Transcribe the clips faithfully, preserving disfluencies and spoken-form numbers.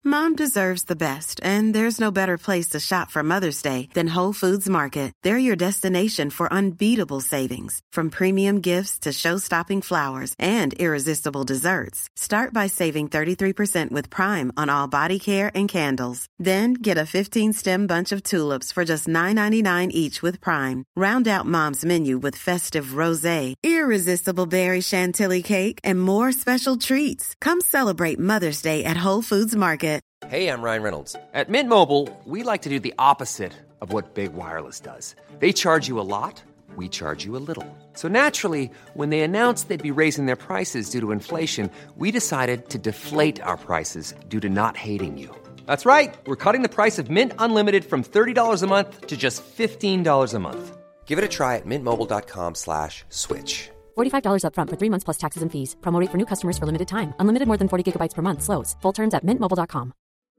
Mom deserves the best, and there's no better place to shop for Mother's Day than Whole Foods Market. They're your destination for unbeatable savings, from premium gifts to show-stopping flowers and irresistible desserts. Start by saving thirty-three percent with Prime on all body care and candles. Then get a fifteen-stem bunch of tulips for just nine ninety-nine each with Prime. Round out Mom's menu with festive rosé, irresistible berry chantilly cake, and more special treats. Come celebrate Mother's Day at Whole Foods Market. Hey, I'm Ryan Reynolds. At Mint Mobile, we like to do the opposite of what Big Wireless does. They charge you a lot, we charge you a little. So naturally, when they announced they'd be raising their prices due to inflation, we decided to deflate our prices due to not hating you. That's right. We're cutting the price of Mint Unlimited from thirty dollars a month to just fifteen dollars a month. Give it a try at mintmobile.com slash switch. forty-five dollars up front for three months plus taxes and fees. Promo rate for new customers for limited time. Unlimited more than forty gigabytes per month. Slows full terms at mint mobile dot com.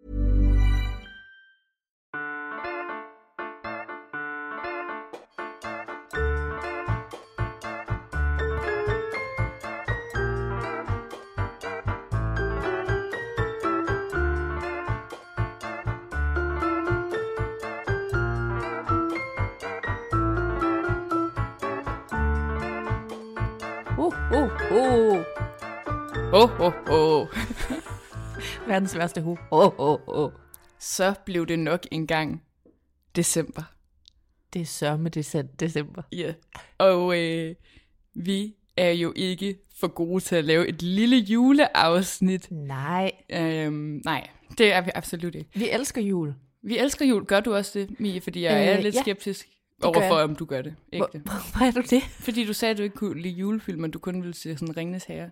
Uh, uh, uh. Åh, åh, åh. Verdens værste hu. Åh, åh, åh. Så blev det nok engang december. Det er sørme dece- december. Ja, yeah. Og øh, vi er jo ikke for gode til at lave et lille juleafsnit. Nej. Øhm, nej, det er vi absolut ikke. Vi elsker jul. Vi elsker jul. Gør du også det, Mie? Fordi jeg øh, er lidt ja, skeptisk overfor, om du gør det. Ægte. Hvor, hvorfor er du det? Fordi du sagde, at du ikke kunne lide julefilm, men du kun ville se sådan Ringenes Herre.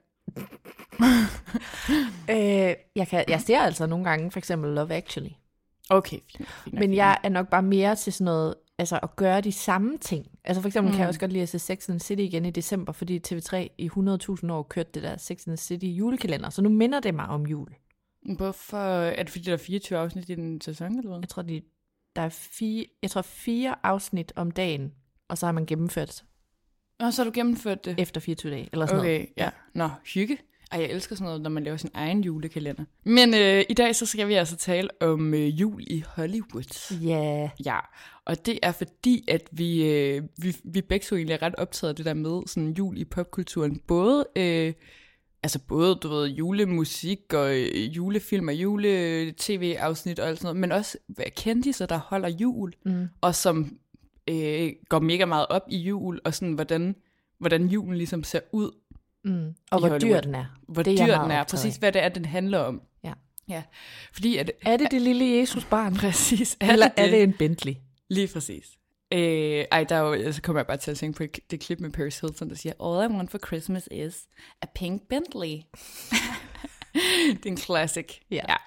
øh, jeg, kan, jeg ser altså nogle gange for eksempel Love Actually. Okay, fint. fint Men jeg er nok bare mere til sådan noget, altså at gøre de samme ting. Altså for eksempel mm. kan jeg også godt lide at se Sex and the City igen i december, fordi T V tre i hundrede tusind år kørte det der Sex and the City julekalender, så nu minder det mig om jul. Hvorfor? Er det fordi, der er fireogtyve afsnit i den sæson, eller hvad? Jeg tror, de, der er fire, jeg tror fire afsnit om dagen, og så har man gennemført. Og så har du gennemført det? Efter fireogtyve dage, eller sådan okay, noget. Okay, ja. Nå, hygge. Ej, jeg elsker sådan noget, når man laver sin egen julekalender. Men øh, i dag, så skal vi altså tale om øh, jul i Hollywood. Ja. Yeah. Ja, og det er fordi, at vi, øh, vi, vi begge to egentlig er ret optaget af det der med sådan jul i popkulturen. Både, øh, altså både, du ved, julemusik og øh, julefilm og jule-tv-afsnit og alt sådan noget, men også kendisser, der holder jul, mm. og som øh, går mega meget op i jul, og sådan, hvordan, hvordan julen ligesom ser ud. Mm. Og hvor dyr den er. Hvor dyr den er, præcis hvad det er, den handler om. Ja. Ja. Fordi at, er det det lille Jesusbarn? Præcis. Er Eller det, er det en Bentley? Lige præcis. Øh, ej, der er jo, så kommer jeg bare til at tænke på det klip med Paris Hilton, der siger, all I want for Christmas is a pink Bentley. Det er en classic. Ja. Ja.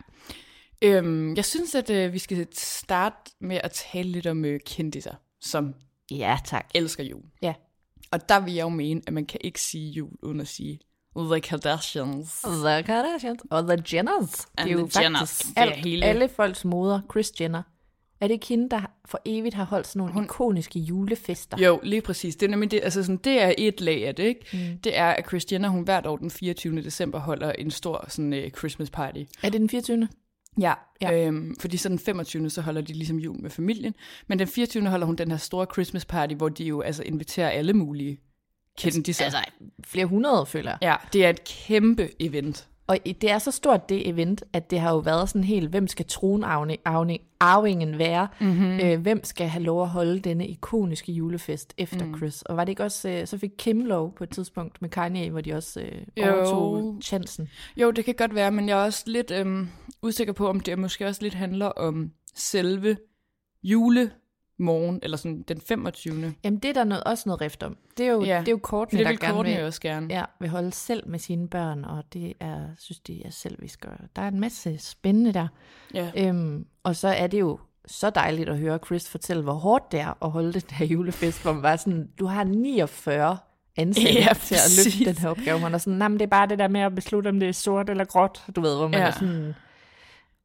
Øhm, jeg synes, at øh, vi skal starte med at tale lidt om øh, kendisser, som ja, tak. elsker jul. Ja. Og der vil jeg jo mene, at man kan ikke sige jul uden at sige The Kardashians. The Kardashians. Og The Jenners. And det er jo the Jenners. faktisk al, hele... alle folks moder, Kris Jenner. Er det ikke hende, der for evigt har holdt sådan nogle Hun... ikoniske julefester? Jo, lige præcis. Det er nemlig det, altså sådan, det er et lag af det, ikke? Mm. Det er, at Kris Jenner, hun hvert år den fireogtyvende december holder en stor sådan, uh, Christmas party. Er det den fireogtyvende? Ja, ja. Øhm, fordi så den femogtyvende så holder de ligesom jul med familien. Men den fireogtyvende holder hun den her store Christmas party, hvor de jo altså inviterer alle mulige kendisser. Altså, altså flere hundrede, føler jeg. Ja, det er et kæmpe event. Og det er så stort, det event, at det har jo været sådan helt, hvem skal tronarvingen være? Mm-hmm. Øh, hvem skal have lov at holde denne ikoniske julefest efter mm. Chris? Og var det ikke også, øh, så fik Kim lov på et tidspunkt med Kanye, hvor de også øh, overtog chancen? Jo, det kan godt være, men jeg er også lidt øh, usikker på, om det måske også lidt handler om selve jule morgen, eller sådan den femogtyvende. Jamen det er der noget, også noget rift om. Det er jo, ja. det er jo Kourtney, det der vil gerne Kourtney vil, også gerne. Ja, vil holde selv med sine børn, og det er, synes de er selv, vi skal. Der er en masse spændende der. Ja. Øhm, og så er det jo så dejligt at høre Chris fortælle, hvor hårdt det er at holde den her julefest, hvor man var sådan, du har niogfyrre ansatte ja, til at løfte den her opgave. Man er sådan, nej, men det er bare det der med at beslutte, om det er sort eller gråt, du ved, hvor man ja. er sådan...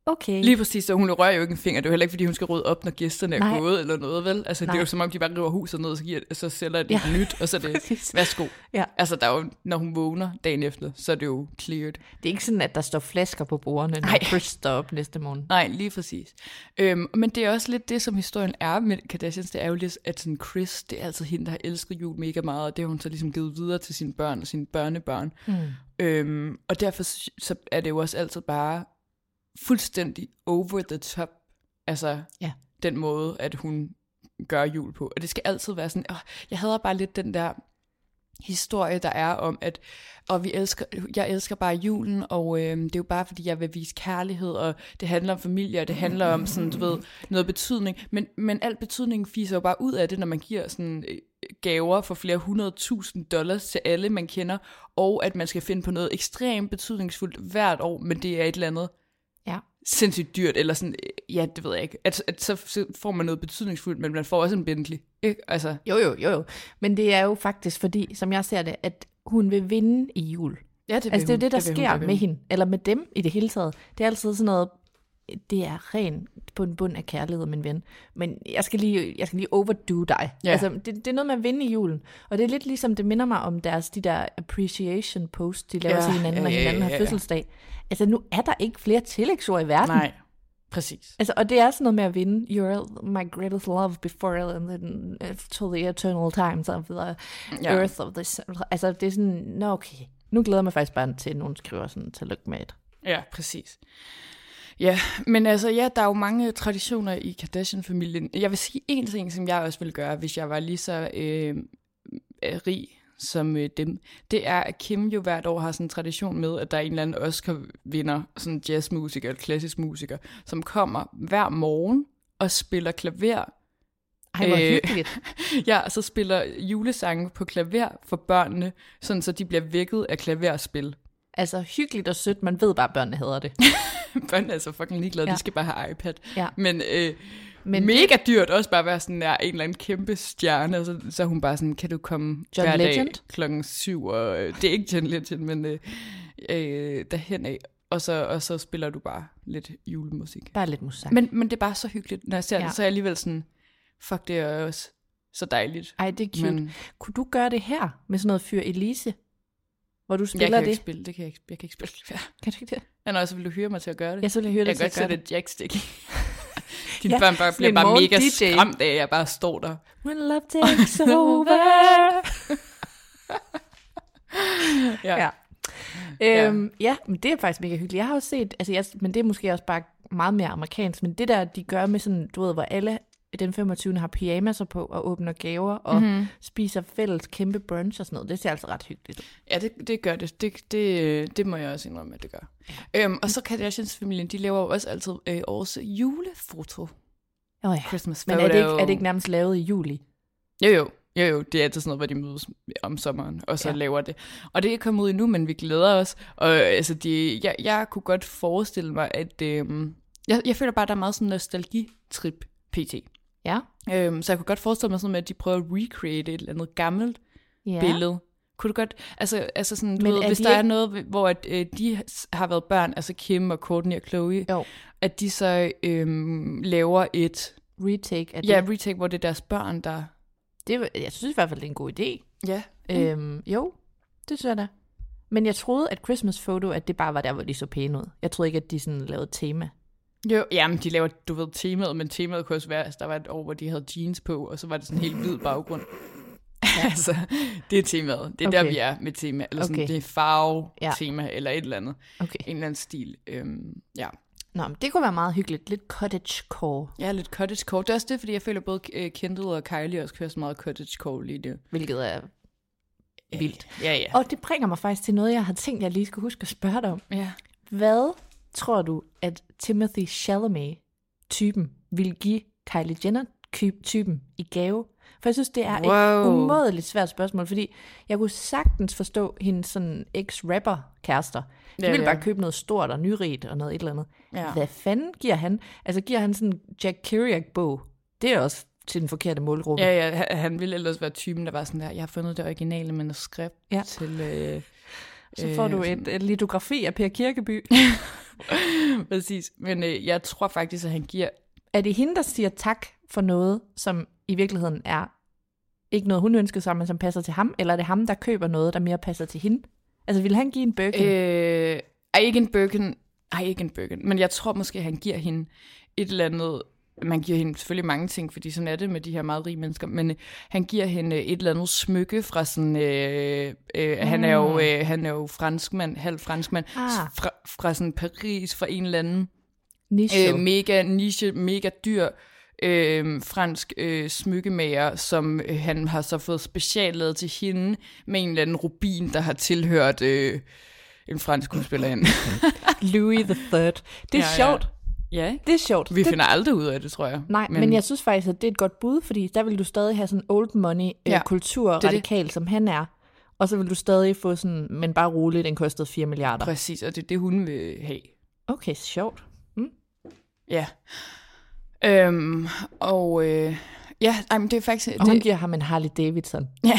Okay. Lige præcis, så hun rører jo ikke en finger. Det er jo heller ikke, fordi hun skal rydde op, når gæsterne er Nej. gået eller noget, vel? Altså, Nej. det er jo som om, de bare river huset ned, og så, giver, så sælger det ja. nyt, og så er det, værsgo. Ja. Altså, der er jo, når hun vågner dagen efter, så er det jo cleared. Det er ikke sådan, at der står flasker på bordene, når Chris står op næste morgen. Nej, lige præcis. Øhm, men det er også lidt det, som historien er med Kardashians. Det er jo lidt, at sådan Chris, det er altid hende, der har elsket jul mega meget, og det har hun så ligesom givet videre til sine børn og sine børnebørn. Mm. Øhm, og derfor så er det jo også altid bare fuldstændig over the top, altså ja. den måde, at hun gør jul på. Og det skal altid være sådan, åh, jeg hader bare lidt den der historie, der er om, at og vi elsker, jeg elsker bare julen, og øh, det er jo bare, fordi jeg vil vise kærlighed, og det handler om familie, og det handler om sådan, du ved, noget betydning. Men, men al betydningen fiser jo bare ud af det, når man giver sådan gaver for flere hundrede tusind dollars til alle, man kender, og at man skal finde på noget ekstremt betydningsfuldt hvert år, men det er et eller andet ja. sindssygt dyrt, eller sådan, ja, det ved jeg ikke. At, at så får man noget betydningsfuldt, men man får også en Bentley, ikke? Altså. Jo, jo, jo, jo. Men det er jo faktisk fordi, som jeg ser det, at hun vil vinde i jul. Ja, det altså, det er hun. det, der det sker hun, det med hende, eller med dem i det hele taget. Det er altid sådan noget, det er ren på en bund af kærlighed, min ven. Men jeg skal lige, jeg skal lige overdo dig. Ja. Altså, det, det er noget med at vinde i julen. Og det er lidt ligesom, det minder mig om deres, de der appreciation posts, de laver ja, til hinanden, når ja, ja, hinanden har ja, ja. fødselsdag. Altså, nu er der ikke flere tillægsord i verden. Nej, præcis. Altså, og det er sådan noget med at vinde. You're my greatest love before and then to the eternal times of the ja. earth of this. Altså, det er sådan, nå okay. Nu glæder jeg mig faktisk bare til, at nogen skriver sådan, tillykke med et. Ja, præcis. Ja, men altså, ja, der er jo mange traditioner i Kardashian-familien. Jeg vil sige en ting, som jeg også ville gøre, hvis jeg var lige så øh, rig som øh, dem. Det er, at Kim jo hvert år har sådan en tradition med, at der er en eller anden Oscar-vinder, sådan jazzmusiker eller klassisk musiker, som kommer hver morgen og spiller klaver. Ej, hvor hyggeligt. Ja, så spiller julesange på klaver for børnene, sådan så de bliver vækket af klaverspil. Altså hyggeligt og sødt, man ved bare, at børnene hader det. Børnene er så fucking ligeglade, ja. De skal bare have iPad. Ja. Men, øh, Men mega dyrt også bare være sådan der, en eller anden kæmpe stjerne, og så, så er hun bare sådan, kan du komme John hver Legend? dag klokken syv, og øh, det er ikke John Legend, men øh, øh, derhen af, og så, og så spiller du bare lidt julemusik. Bare lidt musik. Men, men det er bare så hyggeligt, når jeg ser ja. det, så er jeg alligevel sådan, fuck, det er også så dejligt. Ej, det er cute. Men, kunne du gøre det her, med sådan noget Fyr Elise? Hvor du spiller jeg kan det? Ikke spille, det kan jeg ikke, jeg kan ikke spille klaver. Kan du ikke det? Ja, nå, så vil du hyre mig til at gøre det. Ja, så vil jeg hyre dig jeg til at gøre det. Jeg kan godt sætte et jackstick. Dine ja, børn bare bliver bare mega D J. skræmt af, at jeg bare står der. When love takes over. ja. ja. Øhm, ja. ja, men det er faktisk mega hyggeligt. Jeg har også set, altså jeg, men det er måske også bare meget mere amerikansk, men det der, de gør med sådan, du ved, hvor alle den femogtyvende har pyjamaser på og åbner gaver og mm-hmm. spiser fælles kæmpe brunch og sådan noget. Det ser altså ret hyggeligt ud. Ja, det, det gør det. Det, det. det må jeg også indrømme, at det gør. Ja. Øhm, og så Kardashians-familien, de laver jo også altid øh, års julefoto. Oh ja. Christmas men photo. er det, ikke, er det ikke nærmest lavet i juli? Jo, jo. Jo, jo, det er altid sådan noget, hvor de mødes om sommeren, og så ja. laver det. Og det er kommet ud endnu, men vi glæder os. Og altså, de, jeg, jeg kunne godt forestille mig, at øh, jeg, jeg føler bare, at der er meget sådan en nostalgitrip pt. Ja. Øhm, så jeg kunne godt forestille mig sådan med, at de prøver at recreate et eller andet gammelt ja. billede. Kunne du godt, altså, altså sådan, du ved, hvis de der ikke... er noget, hvor at, øh, de har været børn, altså Kim og Kourtney og Khloe, jo. At de så øhm, laver et... Retake af det. Ja, retake, hvor det er deres børn, der... Det, jeg synes i hvert fald, det er en god idé. Ja. Øhm, jo, det synes jeg da. Men jeg troede, at Christmas photo, at det bare var der, hvor de så pæne ud. Jeg troede ikke, at de sådan lavede tema. Jo, jamen de laver, du ved, temaet, men temaet kunne også være, altså der var et år, hvor de havde jeans på, og så var det sådan en helt hvid baggrund. Ja. Altså, det er temaet. Det er okay. Der, vi er med tema. Eller sådan, okay. Det er farve-tema, ja. Eller et eller andet. Okay. En eller anden stil. Øhm, ja. Nå, men det kunne være meget hyggeligt. Lidt cottagecore. Ja, lidt cottagecore. Det er også det, fordi jeg føler, både Kendall og Kylie også kører så meget cottagecore lige det. Hvilket er vildt. Ja, ja. Og det bringer mig faktisk til noget, jeg har tænkt, jeg lige skulle huske at spørge dig om. Ja. Hvad tror du, at Timothée Chalamet-typen vil give Kylie Jenner-typen i gave? For jeg synes, det er wow. et umådeligt svært spørgsmål, fordi jeg kunne sagtens forstå hendes sådan ex-rapper-kærester. De ja, ville ja. bare købe noget stort og nyrigt og noget et eller andet. Ja. Hvad fanden giver han? Altså giver han sådan en Jack Kerouac-bog? Det er også til den forkerte målgruppe. Ja, ja, han ville ellers være typen, der var sådan der, jeg har fundet det originale manuskript ja. til... Øh Så får du et, et litografi af Per Kirkeby. Præcis. Men øh, jeg tror faktisk, at han giver... Er det hende, der siger tak for noget, som i virkeligheden er ikke noget, hun ønskede sig, men som passer til ham? Eller er det ham, der køber noget, der mere passer til hende? Altså, vil han give en Birkin? Øh, ej, ikke en Birkin. Ej, ikke en Birkin. Men jeg tror måske, at han giver hende et eller andet... Man giver hende selvfølgelig mange ting, fordi sådan er det med de her meget rige mennesker, men øh, han giver hende et eller andet smykke fra sådan... Øh, øh, mm. han, er jo, øh, han er jo franskmand, halv franskmand, ah. fra, fra sådan Paris, fra en eller anden... Niche. Øh, mega niche, mega dyr øh, fransk øh, smykkemager, som øh, han har så fået speciallavet til hende med en eller anden rubin, der har tilhørt øh, en fransk skuespillerinde. Louis the Third. Det er ja, sjovt. Ja. ja, det er sjovt. Vi det... finder aldrig ud af det, tror jeg. Nej, men... men jeg synes faktisk, at det er et godt bud, fordi der vil du stadig have sådan old money ja, øh, kultur radikal, som han er. Og så vil du stadig få sådan, men bare roligt, den kostede fire milliarder. Præcis, og det er det, hun vil have. Okay, sjovt. Mm. Ja. Øhm, og øh, ja, ej, men det er faktisk... Og hun det... giver ham en Harley Davidson. Ja.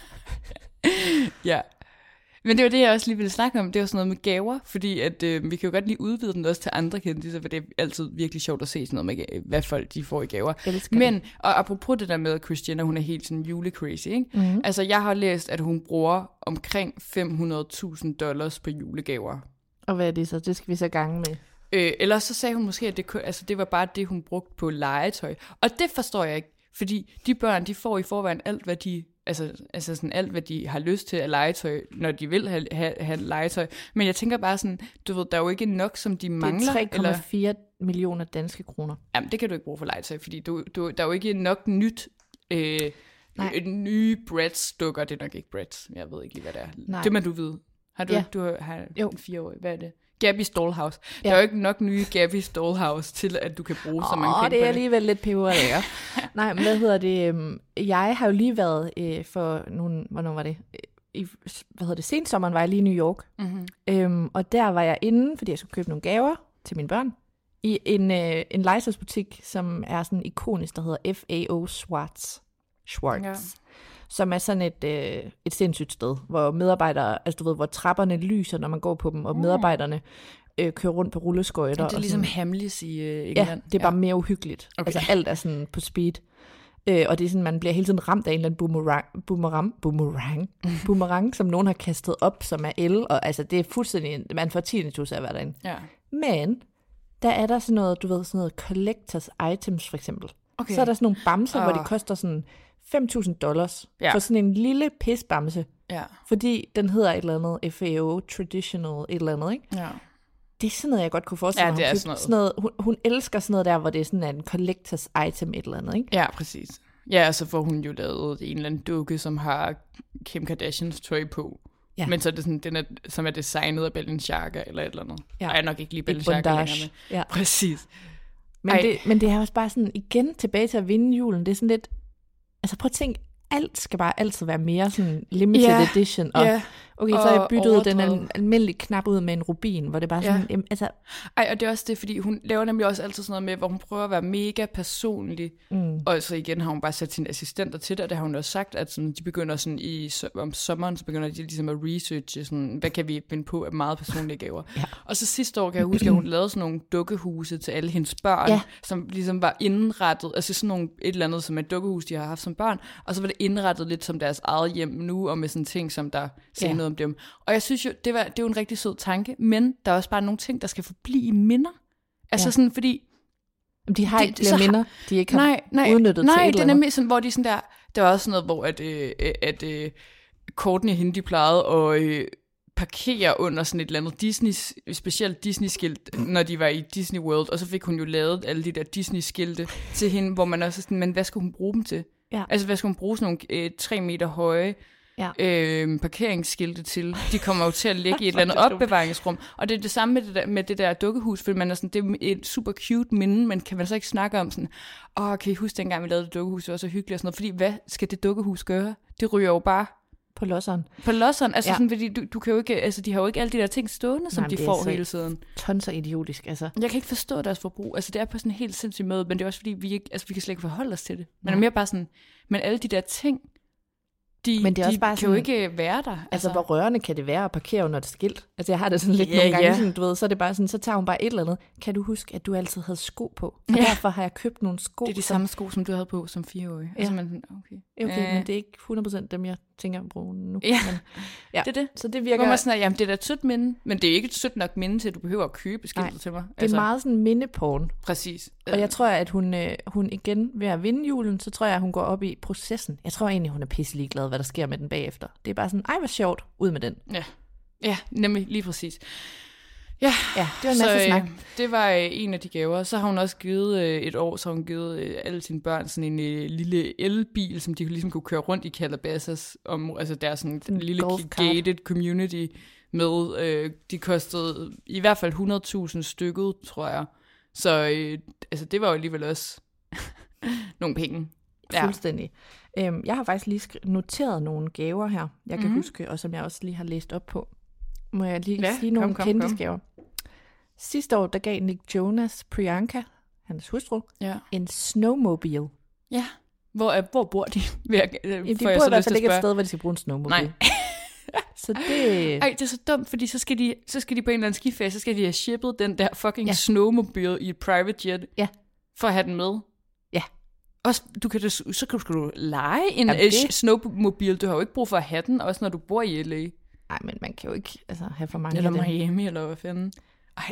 ja. Men det var det, jeg også lige ville snakke om. Det var sådan noget med gaver, fordi at, øh, vi kan jo godt lige udvide den også til andre kendte, for det er altid virkelig sjovt at se sådan noget med, hvad folk de får i gaver. Men, det. Og apropos det der med, at Christiana, hun er helt sådan julecrazy, ikke? Mm-hmm. Altså, jeg har læst, at hun bruger omkring fem hundrede tusind dollars på julegaver. Og hvad er det så? Det skal vi så gange med. Øh, ellers så sagde hun måske, at det, altså, det var bare det, hun brugte på legetøj. Og det forstår jeg ikke, fordi de børn, de får i forvejen alt, hvad de... Altså, altså sådan alt, hvad de har lyst til af legetøj, når de vil have, have, have legetøj. Men jeg tænker bare sådan, du ved, der er jo ikke nok, som de mangler. Det er tre komma fire millioner danske kroner. Jamen, det kan du ikke bruge for legetøj, fordi du, du, der er jo ikke nok nyt, øh, nye Bratz-dukker. Det er nok ikke Bratz, jeg ved ikke lige, hvad det er. Nej. Det må du vide. Har du, ja. du har, har en fireårig, hvad er det? Gabby's Dollhouse. Ja. Der er jo ikke nok nye Gabby's Dollhouse til, at du kan bruge oh, så mange penge. Åh, det er alligevel lidt peber, det Nej, men hvad hedder det? Jeg har jo lige været øh, for nogle, hvornår var det? I, hvad hedder det? Sensommeren var jeg lige i New York. Mm-hmm. Øhm, og der var jeg inde, fordi jeg skulle købe nogle gaver til mine børn, i en, øh, en legetøjsbutik, som er sådan ikonisk, der hedder F A O Schwartz. Schwartz. Ja. Som er sådan et, øh, et sindssygt sted, hvor medarbejdere, altså du ved, hvor trapperne lyser, når man går på dem, og medarbejderne øh, kører rundt på rulleskøjter. Det er ligesom Hamleys i øh, England. Ja, det er bare ja. mere uhyggeligt. Okay. Altså alt er sådan på speed. Øh, og det er sådan, man bliver hele tiden ramt af en eller anden boomerang, boomerang, boomerang, boomerang som nogen har kastet op, som er el, og altså det er fuldstændig, man får tinnitus af at være derinde. Ja. Men der er der sådan noget, du ved, sådan noget collectors items for eksempel. Okay. Så er der sådan nogle bamser, oh. hvor de koster sådan fem tusind dollars ja. for sådan en lille pisbamse. Ja. Fordi den hedder et eller andet F A O Traditional et eller andet, ikke? Ja. Det er sådan noget, jeg godt kunne forestille ja, mig. Det er sådan noget. Sådan noget hun, hun elsker sådan noget der, hvor det er sådan en collectors item et eller andet, ikke? Ja, præcis. Ja, og så får hun jo lavet en eller anden dukke, som har Kim Kardashians tøj på. Ja. Men så er det sådan, den er, som er designet af Balenciaga eller et eller andet. Ja. Og jeg er nok ikke lige Balenciaga længere med. Ja. Præcis. Men det, men det er også bare sådan, igen tilbage til at vinde julen. Det er sådan lidt, altså prøv at tænke, alt skal bare altid være mere sådan limited yeah, edition. Og, yeah. Okay, så har jeg byttet overdrevet. den al- almindelige knap ud med en rubin, hvor det bare sådan, yeah. jamen, altså... Ej, og det er også det, fordi hun laver nemlig også altid sådan noget med, hvor hun prøver at være mega personlig. Mm. Og så igen har hun bare sat sine assistenter til det, og det har hun også sagt, at sådan, de begynder sådan i, om sommeren, så begynder de ligesom at researche, sådan, hvad kan vi finde på af meget personlige gaver. Ja. Og så sidste år kan jeg huske, at hun lavede sådan nogle dukkehuse til alle hendes børn, ja. som ligesom var indrettet, altså sådan nogle, et eller andet som et dukkehus, de har haft som børn, og så var det indrettet lidt som deres eget hjem nu, og med sådan ting, som der sagde ja. noget om dem. Og jeg synes jo, det, var, det er jo en rigtig sød tanke, men der er også bare nogle ting, der skal forblive i minder. Altså ja. sådan, fordi... De har ikke flere minder, de ikke har nej, nej, udnyttet nej, til et det eller er nemlig sådan, hvor de sådan der... Der var også sådan noget, hvor at, øh, at øh, Courtney hende, de plejede at øh, parkere under sådan et eller andet Disney, specielt Disney-skilt, når de var i Disney World, og så fik hun jo lavet alle de der Disney-skilte til hende, hvor man også sådan, men hvad skulle hun bruge dem til? Ja. Altså, hvad skulle hun bruge sådan nogle øh, tre meter høje ja. øh, parkeringsskilte til? De kommer jo til at ligge i et eller andet opbevaringsrum. Og det er det samme med det der, med det der dukkehus, fordi man er sådan, det er et super cute minde, men kan man så ikke snakke om sådan, åh, kan I huske dengang, vi lavede det dukkehus, det var så hyggeligt og sådan noget, fordi hvad skal det dukkehus gøre? Det ryger jo bare på losseren. På losseren, altså ja. sådan, fordi du, du kan jo ikke, altså de har jo ikke alle de der ting stående, som Nej, de får hele tiden. Tons af idiotisk, altså. Jeg kan ikke forstå deres forbrug, altså det er på sådan en helt sindssyg måde, men det er også fordi, vi ikke, altså vi kan slet ikke forholde os til det. Men ja. er mere bare sådan, men alle de der ting, De, Men det er de også bare kan jo sådan, ikke være der. Altså, altså, hvor rørende kan det være at parkere under et skilt? Altså, jeg har det sådan lidt Ja, nogle gange, ja. sådan, du ved, så er det bare sådan, så tager hun bare et eller andet. Kan du huske, at du altid havde sko på? Og Ja. derfor har jeg købt nogle sko. Det er de som- samme sko, som du havde på som fireårig. Ja. Altså, man, okay. Okay, Øh, men det er ikke hundrede procent dem, jeg tænker at bruge nu. Ja. Men, ja. Det er det. Så det Hvor virker... man sådan, at, jamen, det er da et sødt minde, men det er ikke et sødt nok minde til, at du behøver at købe skiltet Nej, til mig. Det er meget sådan mindeporn. Præcis. Og jeg tror, at hun, øh, hun igen ved at vinde julen, så tror jeg, at hun går op i processen. Jeg tror egentlig, hun er pisselig glad, hvad der sker med den bagefter. Det er bare sådan, ej, hvor sjovt, ud med den. Ja, ja, nemlig lige præcis. Ja, Ja, det var en så, masse snak. øh, det var øh, en af de gaver. Så har hun også givet øh, et år, så har hun givet øh, alle sine børn sådan en øh, lille elbil, som de ligesom kunne køre rundt i Calabasas, om, altså der er sådan en lille golfkart. gated community med, øh, de kostede i hvert fald hundrede tusind stykket, tror jeg. Så øh, altså, det var jo alligevel også nogle penge. Ja. Fuldstændig. Øhm, jeg har faktisk lige skri- noteret nogle gaver her, jeg kan Mhm. huske, og som jeg også lige har læst op på. Må jeg lige Ja, sige nogle kom, kom, kom. kendisgaver? Sidste år, der gav Nick Jonas Priyanka, hans hustru, Ja. en snowmobile. Ja. Hvor, øh, hvor bor de? Vil jeg, øh, Jamen, de får bor jeg i så hvert lyst til fald at ikke et spørge. sted, hvor de skal bruge en snowmobile. Nej. Så det... Ej, det er så dumt, fordi så skal de, så skal de på en eller anden skiferie, så skal de have shippet den der fucking Ja. ja. snowmobile i et private jet, Ja. for at have den med. Ja. Også, du kan, da- så kan du, skal du lege en Jamen, øh, det- snowmobile. Du har jo ikke brug for at have den, også når du bor i L A. Nej, men man kan jo ikke altså, have for mange Eller af dem. Miami, eller hvad fanden. Ej,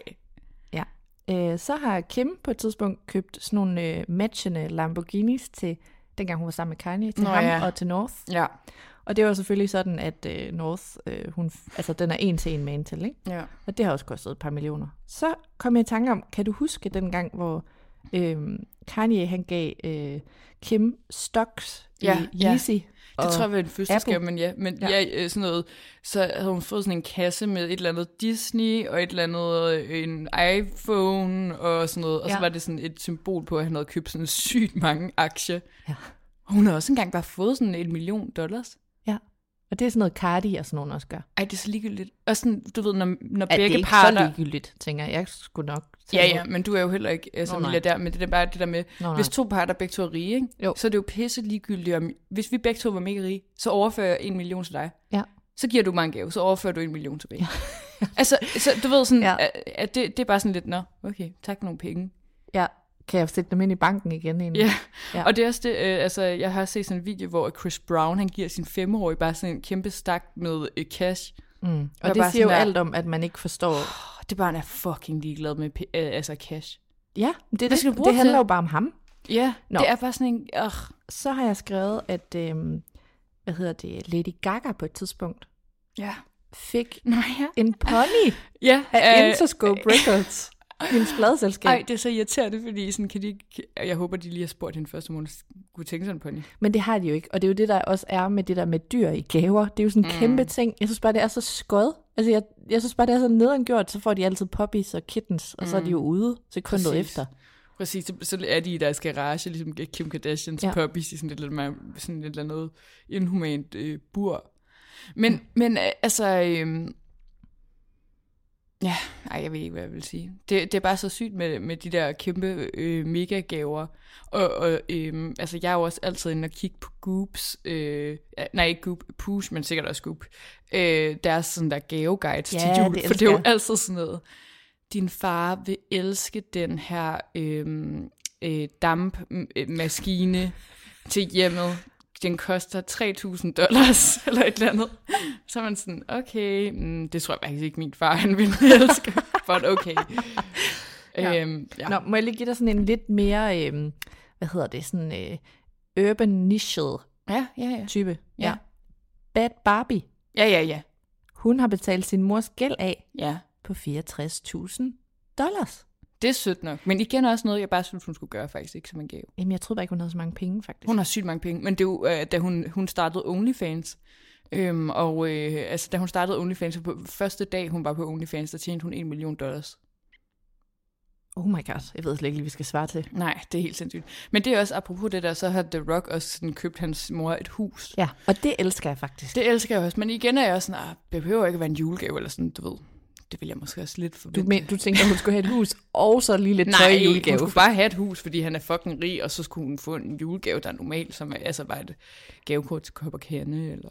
Øh, så har Kim på et tidspunkt købt sådan nogle øh, matchende Lamborghinis til, dengang hun var sammen med Kanye, til Nå, ham ja. og til North. ja. Og det var selvfølgelig sådan, at øh, North, øh, hun, altså den er en til en man til, ikke? ja. Og det har også kostet et par millioner. Så kom jeg i tanke om, kan du huske den gang, hvor øh, Kanye han gav øh, Kim stocks Ja, i ja. Yeezy? Det tror jeg var en fødselsgave, Apple. men ja, men Ja. ja, ja sådan noget, så havde hun fået sådan en kasse med et eller andet Disney, og et eller andet, øh, en iPhone, og sådan noget, og Ja. så var det sådan et symbol på, at han havde købt sådan sygt mange aktier. Ja. Og hun har også engang bare fået sådan en million dollars. Ja, og det er sådan noget Cardi og sådan nogen også gør. Ej, det er så ligegyldigt. Og sådan, du ved, når, når At det er begge ikke parter... så ligegyldigt, tænker jeg. Jeg skulle nok... tage Ja, imod. ja, men du er jo heller ikke altså, Nå, nej. milliardær, men det er bare det der med, Nå, nej. hvis to parter begge to er rige, ikke? Jo. Så er det jo pisse ligegyldigt. Om, hvis vi begge to var mega rige, så overfører jeg en million til dig. Ja. Så giver du mig en gave, så overfører du en million tilbage. Ja. altså, så du ved sådan, Ja. ja. at, at det, det er bare sådan lidt, nå, okay, tak for nogle penge. Ja, kan jeg sætte dem ind i banken igen egentlig? Ja, Ja. ja. Og det er også det, øh, altså, jeg har set sådan en video, hvor Chris Brown, han giver sin femårige bare sådan en kæmpe stak med øh, cash. Mm. Jeg Og er det bare siger jo sådan der- alt om, at man ikke forstår... Oh, det barn er fucking ligeglad med pe- øh, altså cash. Ja, det, Hvad det, skal du det, bruge det handler til? jo bare om ham. Ja, Nå. det er bare sådan en, øh, Så har jeg skrevet, at øhm, hvad hedder det, Lady Gaga på et tidspunkt ja. fik Nå ja. en pony Ja, af øh, Interscope Records, hendes pladselskab. Ej, det er så irriterende, fordi sådan kan de ikke... Jeg håber, de lige har spurgt hende først, om hun kunne tænke sådan på hende. Men det har de jo ikke, og det er jo det, der også er med det der med dyr i gaver. Det er jo sådan en mm. kæmpe ting. Jeg synes bare, det er så skød. Altså, jeg, jeg synes bare, det er så nedengjort, så får de altid puppies og kittens, og så er de jo ude sekundet Præcis. efter. Præcis, så, så er de i deres garage, ligesom Kim Kardashians Ja. ja. puppies i sådan et eller andet, sådan et eller andet inhumant øh, bur. Men, mm. men øh, altså... Øh, ja, ej, jeg ved ikke, hvad jeg vil sige. Det, det er bare så sygt med, med de der kæmpe øh, mega-gaver. Og, og øh, altså, jeg er jo også altid inde og kigge på Goops. Øh, nej, ikke Goop, Push, men sikkert også Goop. Øh, deres sådan der gaveguides Ja, til jul. det For det er jo elsker jeg. altid sådan noget. Din far vil elske den her øh, øh, dampmaskine til hjemmet. Den koster tre tusind dollars, eller et eller andet. Så er man sådan, okay, mm, det tror jeg faktisk ikke min far, han ville elske, but okay. Ja. Øhm, ja. Nå, må jeg lige give dig sådan en lidt mere, øhm, hvad hedder det, sådan øh, urban niche ja, ja, ja. type. Ja. Bad Barbie. Ja, ja, ja. Hun har betalt sin mors gæld af Ja, på fireogtres tusind dollars. det er sødt nok. Men igen også noget, jeg bare synes, hun skulle gøre faktisk, ikke som en gave. Jamen, jeg troede bare ikke, hun havde så mange penge, faktisk. Hun har sygt mange penge, men det er jo, øh, da hun, hun startede OnlyFans, øhm, og øh, altså, da hun startede OnlyFans, så på første dag, hun var på OnlyFans, der tjente hun en million dollars. Oh my god, jeg ved slet ikke lige, vi skal svare til. Nej, det er helt sindssygt. Men det er også, apropos det der, så har The Rock også sådan købt hans mor et hus. Ja, og det elsker jeg faktisk. Det elsker jeg også, men igen er jeg også sådan, ah, det behøver ikke at være en julegave eller sådan, du ved. det vil jeg måske også lidt forvente. Du, men, du tænker, hun skulle have et hus, og så lige lidt tøj Nej, i julegave? hun skulle bare have et hus, fordi han er fucking rig, og så skulle hun få en julegave, der er normal, som er, altså bare et gavekort til Kop og Kande, eller...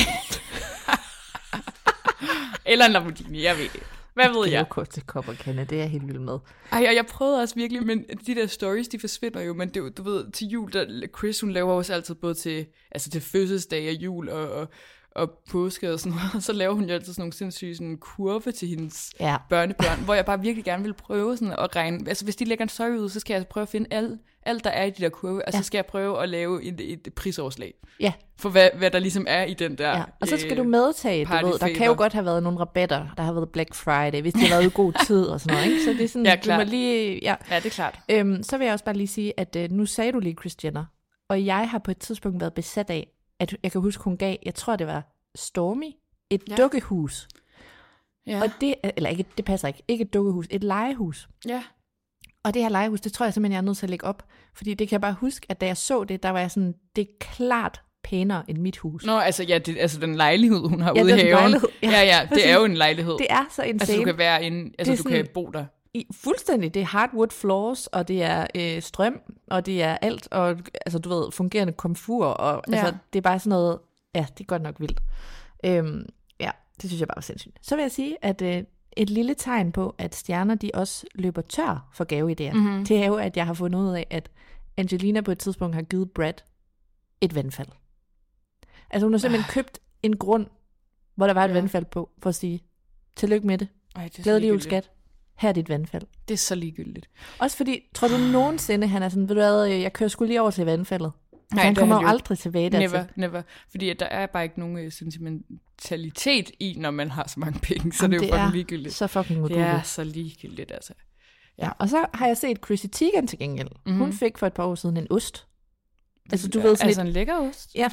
eller en Lamborghini, jeg ved det. Hvad ved jeg? Gavekort til Kop og Kande, det er jeg helt vild med. Ej, og jeg prøvede også virkelig, men de der stories, de forsvinder jo, men det, du ved, til jul, der, Chris, hun laver også altid både til, altså til fødselsdag og jul og, og, og påske og sådan noget, og så laver hun jo altid sådan nogle sindssyge sådan kurve til hendes ja. børnebørn, hvor jeg bare virkelig gerne vil prøve sådan at regne, altså hvis de lægger en story ud, så skal jeg altså prøve at finde alt, alt der er i de der kurve, og ja. så skal jeg prøve at lave et, et prisoverslag. Ja. For hvad, hvad der ligesom er i den der ja. Og så skal øh, du medtage, du ved, der kan jo godt have været nogle rabatter, der har været Black Friday, hvis de har været i god tid og sådan noget, ikke? Så det er sådan, ja, klart. Du må lige... Ja, ja det er klart. Øhm, så vil jeg også bare lige sige, at øh, nu sagde du lige Kris Jenner, og jeg har på et tidspunkt været besat af, at jeg kan huske, hun gav, jeg tror det var Stormy, et ja. dukkehus. Ja. Og det, eller ikke, det passer ikke, ikke et dukkehus, et legehus. Ja. Og det her legehus, det tror jeg simpelthen, jeg er nødt til at lægge op. Fordi det kan jeg bare huske, at da jeg så det, der var jeg sådan, det er klart pænere end mit hus. Nå, altså ja, det, altså den lejlighed, hun har ja, ude i haven. Ja, ja, ja, det er jo en lejlighed. Det er så insane. Altså du kan være en, altså du sådan, kan bo der. I, fuldstændig, det er hardwood floors, og det er øh, strøm, og det er alt, og altså du ved, fungerende komfur, og ja. altså det er bare sådan noget, ja, det er godt nok vildt. Øhm, ja, det synes jeg bare var sindssygt. Så vil jeg sige, at øh, et lille tegn på, at stjerner, de også løber tør for gaveidéer, mm-hmm. det er jo, at jeg har fundet ud af, at Angelina på et tidspunkt har givet Brad et vandfald. Altså hun har simpelthen købt en grund, hvor der var et ja. vandfald på, for at sige, tillykke med det. Glædelig jul, skat. Her er dit vandfald. Det er så ligegyldigt. Også fordi, tror du nogensinde, han er sådan, ved du hvad, jeg kører sgu lige over til vandfaldet. Nej, han kommer jo jo aldrig tilbage dertil. Never, never. Fordi at der er bare ikke nogen sentimentalitet i, når man har så mange penge, så Jamen, det er jo fucking ligegyldigt. Så fucking det er så ligegyldigt, altså. Ja. Ja, og så har jeg set Chrissy Teigen til gengæld. Mm-hmm. Hun fik for et par år siden en ost. Altså, du ved sådan altså et... en lækker ost? Ja.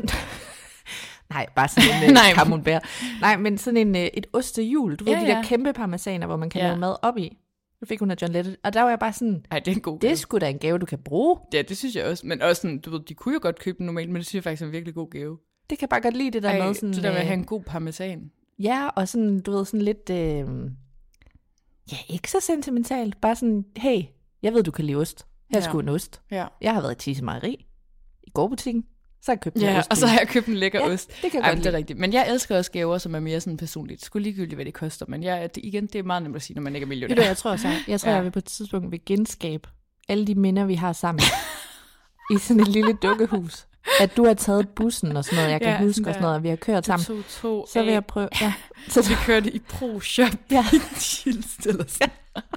Nej, bare sådan en uh, camembert. Nej, men sådan en, uh, et ostehjul. Du ved, ja, de der ja. kæmpe parmesaner, hvor man kan ja. lave mad op i. Det fik hun af John Lettet. Og der var jeg bare sådan, ej, det er en god gave. Det er sgu da en gave, du kan bruge. Ja, det synes jeg også. Men også sådan, du ved, de kunne jo godt købe den normalt, men det synes jeg faktisk er en virkelig god gave. Det kan bare godt lide det der ej, med sådan... det der med at have en god parmesan. Ja, og sådan, du ved, sådan lidt... Øh, ja, ikke så sentimentalt. Bare sådan, hey, jeg ved, du kan lide ost. Her er ja. sgu en ost. Ja. Jeg har været i Thise Mejeri i gårdbutikken. Så har jeg købt en ja, ost. og så har jeg købt en lækker ja, ost. det kan ej, godt det er rigtigt. Men jeg elsker også gaver, som er mere sådan personligt. Det skulle ligegyldigt, hvad det koster. Men jeg, det, igen, det er meget nemt at sige, når man ikke er millionær. Ved du, jeg tror så, jeg tror, ja. jeg vil på et tidspunkt vil genskabe alle de minder, vi har sammen. I sådan et lille dukkehus. At du har taget bussen og sådan noget, jeg kan ja, huske og sådan noget, og vi har kørt sammen. To, to, så vil jeg prøve... Ja. Så vi kørte i Pro-shop ja. i Tilst eller sådan.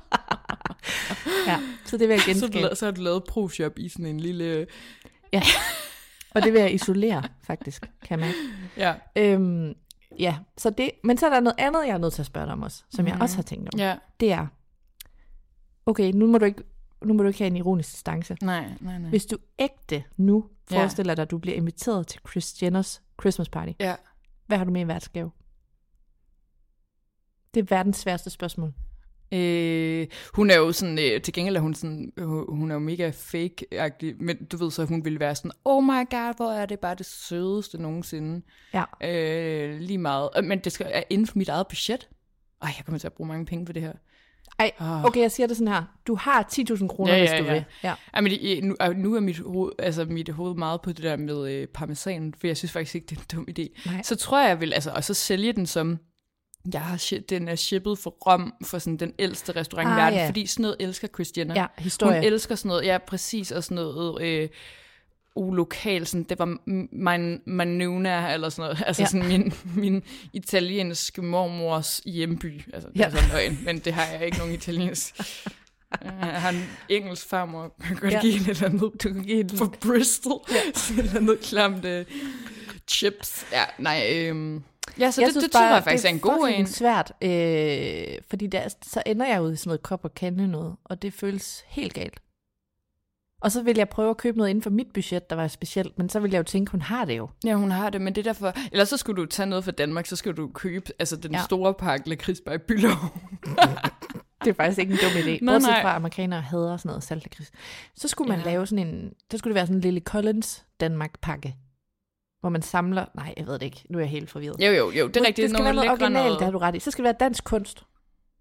Ja, så det vil jeg genskabe. Så, så har du lavet Pro-shop i sådan en lille... Ja, og det vil jeg isolere, faktisk, kan man. Ja. Øhm, ja, så det... Men så er der noget andet, jeg er nødt til at spørge dig om også, som mm. jeg også har tænkt om. Ja. Det er... Okay, nu må du ikke... Nu må du ikke have en ironisk distance. Nej, nej, nej. Hvis du ægte nu forestiller dig, at du bliver inviteret til Kris Jenners Christmas party, ja. hvad har du med i værtsgave? Det er verdens sværeste spørgsmål. Øh, hun er jo sådan, øh, til gengæld er hun sådan, hun er jo mega fake-agtig, men du ved så, at hun ville være sådan, oh my god, hvor er det bare det sødeste nogensinde. Ja. Øh, lige meget. Men det skal er inden for mit eget budget. Ej, jeg kommer til at bruge mange penge på det her. Ej, okay, jeg siger det sådan her. Du har ti tusind kroner, ja, ja, hvis du ja. vil. Ja. Ej, men det, nu, nu er mit hoved, altså mit hoved meget på det der med øh, parmesan, for jeg synes faktisk ikke, det er en dum idé. Nej. Så tror jeg, jeg vil, altså, og så sælge den som, jeg har, den er shippet for Rom, for sådan den ældste restaurant i ah, verden, ja. fordi sådan noget elsker Kris Jenner. Ja, historie. Hun elsker sådan noget, ja, præcis, og sådan noget... Øh, lokal, sådan, det var min Manuna, eller sådan noget, altså ja. sådan min, min italienske mormors hjemby, altså det ja. er sådan løgn, men det har jeg ikke nogen italiensk. Jeg har en engelsk farmor, jeg kan godt ja. give en eller andet, du kan give en for Bristol, ja. sådan et eller andet klamt uh, chips. Ja, nej, øhm. Ja, så jeg det, synes det bare, tror jeg faktisk er en god en. Det er svært, øh, fordi der, så ender jeg ud i sådan noget Kop og Kande noget, og det føles helt galt. Og så vil jeg prøve at købe noget inden for mit budget, der var specielt, men så vil jeg jo tænke, hun har det jo. Ja, hun har det, men det er derfor... Eller så skulle du tage noget fra Danmark, så skulle du købe altså den ja. store pakke lakridsbar i Bylov. Det er faktisk ikke en dum idé. Nå, Bortset nej. fra, at amerikanere hader sådan noget saltlakrids. Så skulle man ja. lave sådan en... Så skulle det være sådan en Lily Collins Danmark-pakke, hvor man samler... Nej, jeg ved det ikke. Nu er jeg helt forvirret. Jo, jo, jo. Det er rigtigt. Det skal være noget originalt, der har du ret i. Så skal det være dansk kunst.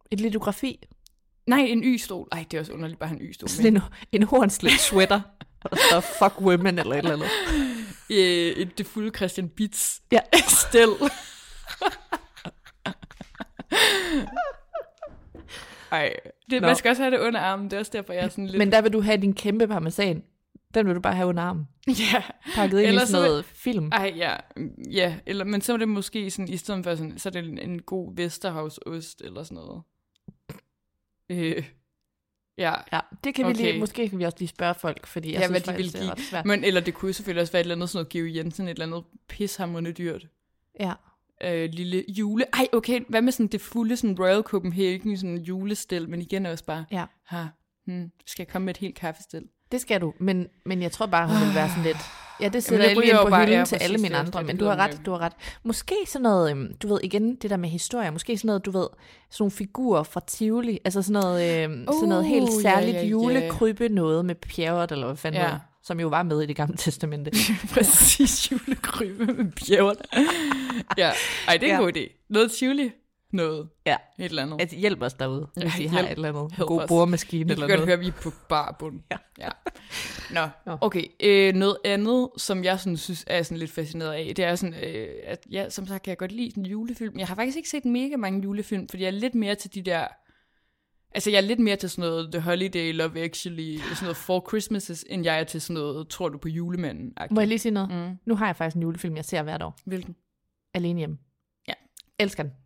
Et litografi. Nej, en y-stol. Ej, det er også underligt, bare en y-stol. Sådan en, en hornslet sweater. Og der står fuck women eller et eller andet. Øh, et det fulde Christian Bitz Ja. stel. Ej, det, man skal også have det under armen. Det er også derfor, jeg er sådan lidt... Men der vil du have din kæmpe parmesan. Den vil du bare have under armen. Ja. Pakket ind Eller i sådan noget så... film. Ej, ja. Ja, eller, men så er det måske sådan, i stedet for sådan, så er det en, en god Vesterhavsost eller sådan noget. Øh, ja. Ja, det kan vi Okay. lige, måske kan vi også lige spørge folk, fordi jeg Ja, synes hvad de vil faktisk, det er give. ret svært. Men, eller det kunne jo selvfølgelig også være et eller andet sådan noget Georg Jensen, et eller andet pishamrende dyrt. Ja. Øh, lille jule... Ej, okay, hvad med sådan det fulde sådan Royal Copenhagen, sådan julestel, men igen også bare, Ja. ha, hmm, skal jeg komme med et helt kaffestel? Det skal du, men, men jeg tror bare, hun vil være sådan lidt... Ja, det sætter det jeg lige ryger ind jo på bare- hylden ja, til præcis, alle det mine er også andre, det, men det du har lyder ret, med. du har ret. Måske sådan noget, øhm, du ved igen, det der med historie, måske sådan noget, du ved, sådan nogle figurer fra Tivoli, altså sådan noget, øhm, uh, sådan noget helt Uh, ja, særligt ja, ja. julekrybbe noget med Pjerrot, eller hvad fanden Ja. ja. som jo var med i Det Gamle Testamente. Præcis, julekrybe med bjæverne. Ja, ej, det er en Ja. god idé. Noget Tivoli, noget, Ja, et eller andet. altså hjælp os derude, hvis Ja, I har hjælp. et eller andet, en Help god us. boremaskine Vi eller kan godt noget. høre, vi er på barbund. Ja. Ja. Nå, Nå. okay. Øh, noget andet, som jeg sådan, synes er sådan lidt fascineret af, det er sådan, øh, at ja, som sagt kan jeg godt lide sådan julefilm. Jeg har faktisk ikke set mega mange julefilm, fordi jeg er lidt mere til de der... Altså, jeg er lidt mere til sådan noget The Holiday, Love Actually, sådan noget Four Christmases, end jeg er til sådan noget Tror du på julemanden? Må jeg lige sige noget? Mm. Nu har jeg faktisk en julefilm, jeg ser hvert år. Hvilken? Alene hjemme. Ja. Elsker den.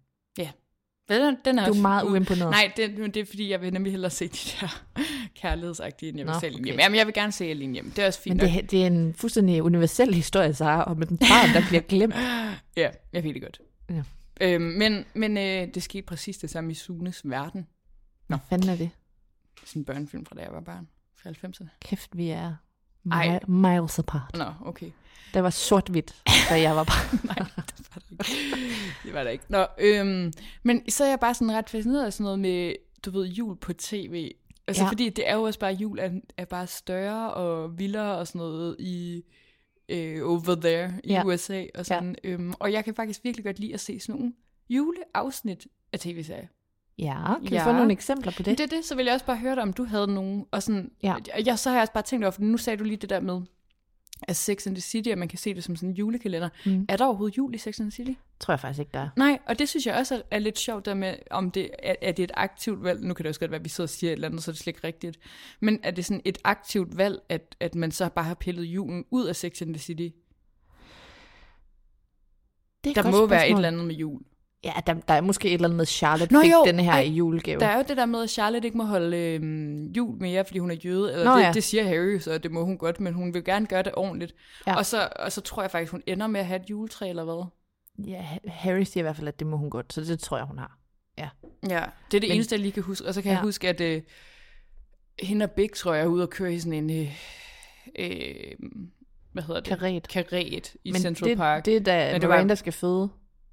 Den, den er Du er også- meget uimponeret. Nej, det, men det er fordi, jeg vil nemlig hellere se de der kærlighedsagtige, end jeg vil Nå, se Alene okay. Hjemme. Jamen, jeg vil gerne se Alene Hjemme. Det er også fint. Men nok. det, det er en fuldstændig universel historie, Sara, om et barn, der bliver glemt. Ja, jeg ved det godt. Ja. Øhm, men men øh, det skete præcis det samme i Sunes Verden. Hvad fanden er det? Sådan en børnefilm fra da jeg var barn. Fra halvfemserne. Kæft, vi er Ej. mi- miles apart. Nå, okay. Der var sort-hvidt, da jeg var barn. Nej, det var det ikke. Det var det ikke. Nå, øhm, men så er jeg bare sådan ret fascineret af sådan noget med, du ved, jul på tv. Altså, Ja. ja. fordi det er jo også bare, jul er, er bare større og vildere og sådan noget i øh, over there i Ja. U S A og sådan. Ja. Øhm, og jeg kan faktisk virkelig godt lide at se sådan nogle juleafsnit af tv-serier. Ja, kan vi Ja. få nogle eksempler på Det det? er det, så vil jeg også bare høre dig, om du havde nogen. Og sådan, Ja. jeg, så har jeg også bare tænkt over, for nu sagde du lige det der med, at Sex and the City, at man kan se det som sådan en julekalender. Mm. Er der overhovedet jul i Sex and the City? Tror jeg faktisk ikke, der er. Nej, og det synes jeg også er, er lidt sjovt der med, om det er, er det et aktivt valg. Nu kan det også godt være, at vi sidder og siger et eller andet, så er det slet ikke rigtigt. Men er det sådan et aktivt valg, at, at man så bare har pillet julen ud af Sex and the City? Det er et Der godt må være et spørgsmål. eller andet med jul. Ja, der, der er måske et eller andet med Charlotte Nå, fik jo, denne her ej, i julegave. Der er jo det der med, at Charlotte ikke må holde øhm, jul mere, fordi hun er jøde. Eller Nå, det, ja. det siger Harry, så det må hun godt, men hun vil gerne gøre det ordentligt. Ja. Ja. Og, så, og så tror jeg faktisk, hun ender med at have et juletræ, eller hvad? Ja, Harry siger i hvert fald, at det må hun godt, så det tror jeg, hun har. Ja, det er det Men- eneste, jeg lige kan huske. Og så kan ja. Ja. jeg huske, at øh, hende og Big, tror jeg, er ude og køre i sådan en... Øh, øh, hvad hedder det? Karet. Karet i Men Central det, Park. det er da Men det var- Miranda skal føde.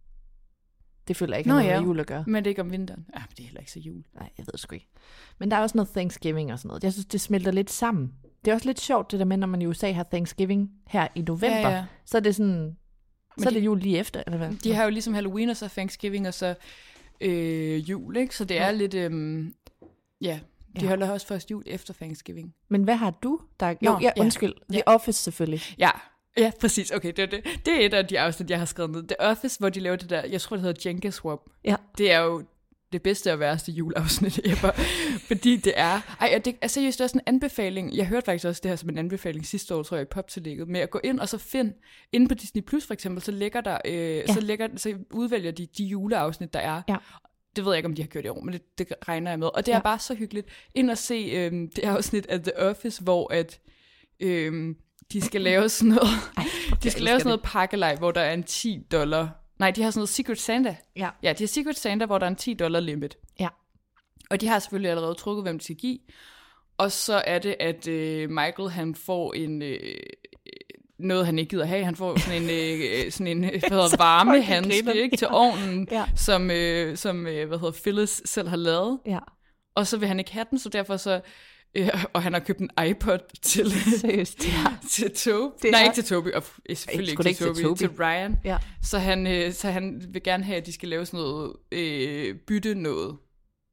Det føler jeg ikke Nå, har noget ja. med jul at gøre. Men det er ikke om vinteren. Ja, men det er heller ikke så jul. Nej, jeg ved det sgu ikke. Men der er også noget Thanksgiving og sådan noget. Jeg synes, det smelter lidt sammen. Det er også lidt sjovt, det der med, når man i U S A har Thanksgiving her i november. Ja, ja. Så er det sådan... Så er de- det jul lige efter, eller hvad? De har jo ligesom Halloween, og så Thanksgiving, og så øh, jul, ikke? Så det er lidt... Øh, ja, de Ja. holder også først jul efter Thanksgiving. Men hvad har du? Der... Jo, Nå, ja, ja. undskyld. The Ja. Office selvfølgelig. Ja, ja, præcis. Okay, det er, det. det er et af de afsnit, jeg har skrevet ned. The Office, hvor de laver det der, jeg tror, det hedder Jenga Swap. Ja. Det er jo det bedste og værste juleafsnit ever. Fordi det er... Ej, og det er seriøst også en anbefaling. Jeg hørte faktisk også det her som en anbefaling sidste år, tror jeg, i poptillægget, med at gå ind og så find, inde på Disney Plus for eksempel, så ligger der, øh, ja. så, ligger, så udvælger de de juleafsnit, der er. Ja. Det ved jeg ikke, om de har gjort i år, men det, det regner jeg med. Og det er Ja. bare så hyggeligt. Ind og se øh, det afsnit af The Office, hvor at... Øh, de skal lave sådan noget, Ej, de skal lave sådan noget pakkelej, hvor der er en ti dollar. Nej, de har sådan noget Secret Santa. Ja. Ja, de har Secret Santa, hvor der er en ti dollar limit. Ja. Og de har selvfølgelig allerede trukket, hvem de skal give. Og så er det, at øh, Michael, han får en... Øh, noget, han ikke gider have. Han får sådan en, øh, sådan en hvad hedder, varmehandske, griner. ikke, til ovnen, Ja. som, øh, som øh, hvad hedder, Phyllis selv har lavet. Ja. Og så vil han ikke have den, så derfor så... Øh, og han har købt en iPod til, Seriøst, ja. til Toby. Det Nej, er- ikke til Toby, og f- selvfølgelig Sgu da ikke til ikke Toby, til til, Toby. Ryan. Ja. Så han, øh, så han vil gerne have, at de skal lave sådan noget øh, bytte noget.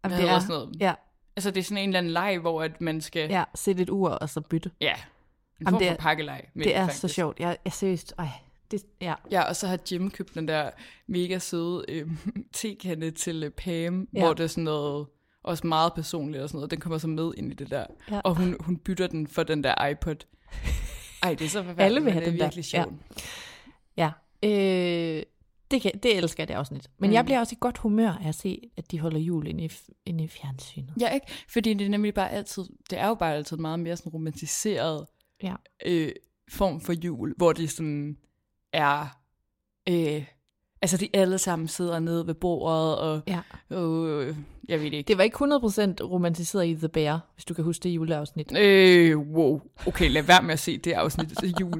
Hvad det hedder er, sådan noget? Ja, Altså, det er sådan en eller anden leg, hvor at man skal... ja, sætte et ur og så bytte. Ja, en Jamen, form det for er- pakkeleg. med Det er faktisk. så sjovt. Jeg er seriøst, ej, det, ja. Ja, og så har Jim købt den der mega søde øh, tekande til øh, Pam, Ja. hvor det er sådan noget, også meget personligt og sådan noget. Den kommer så med ind i det der. Ja. Og hun, hun bytter den for den der iPod. Ej, det er så forfærdeligt, Alle vil men have det er den der. virkelig sjovt. Ja, øh, det, kan, det elsker jeg det afsnit. Men mm. jeg bliver også i godt humør af at se, at de holder jul inde i, inde i fjernsynet. Ja, ikke? Fordi det er nemlig bare altid, det er jo bare altid meget mere sådan romantiseret Ja. øh, form for jul, hvor det sådan er, øh, altså de alle sammen sidder nede ved bordet, og Ja. øh, jeg ved ikke. Det var ikke hundrede procent romantiseret i The Bear, hvis du kan huske det juleafsnit. Øh, wow. Okay, lad være med at se det afsnit til jul.